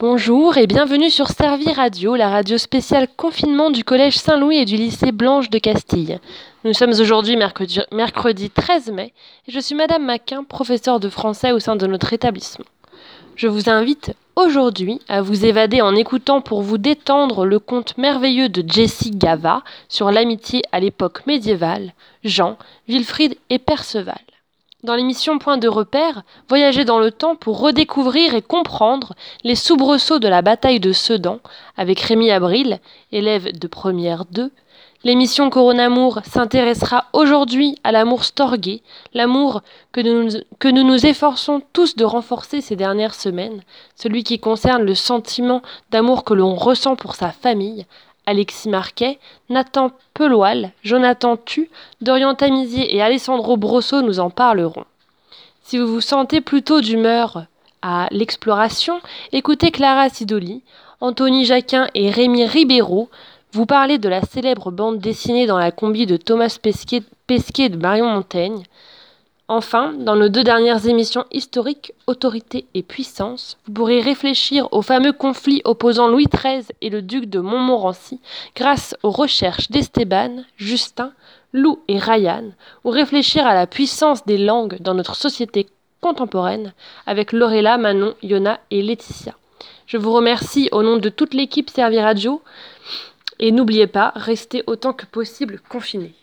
Bonjour et bienvenue sur Servi Radio, la radio spéciale confinement du Collège Saint-Louis et du lycée Blanche de Castille. Nous sommes aujourd'hui mercredi 13 mai et je suis Madame Maquin, professeure de français au sein de notre établissement. Je vous invite aujourd'hui à vous évader en écoutant pour vous détendre le conte merveilleux de Jessie Gava sur l'amitié à l'époque médiévale, Jean, Wilfrid et Perceval. Dans l'émission Point de repère, voyagez dans le temps pour redécouvrir et comprendre les soubresauts de la bataille de Sedan avec Rémi Abril, élève de première 2. L'émission Coronamour s'intéressera aujourd'hui à l'amour storgé, l'amour que nous nous efforçons tous de renforcer ces dernières semaines, celui qui concerne le sentiment d'amour que l'on ressent pour sa famille. Alexis Marquet, Nathan Peloal, Jonathan Tu, Dorian Tamizier et Alessandro Brosso nous en parleront. Si vous vous sentez plutôt d'humeur à l'exploration, écoutez Clara Sidoli, Anthony Jacquin et Rémi Ribeiro vous parler de la célèbre bande dessinée dans la combi de Thomas Pesquet et de Marion Montaigne. Enfin, dans nos 2 dernières émissions historiques, Autorité et Puissance, vous pourrez réfléchir au fameux conflit opposant Louis XIII et le duc de Montmorency grâce aux recherches d'Esteban, Justin, Lou et Ryan, ou réfléchir à la puissance des langues dans notre société contemporaine avec Lorella, Manon, Yona et Laetitia. Je vous remercie au nom de toute l'équipe Servi Radio et n'oubliez pas, restez autant que possible confinés.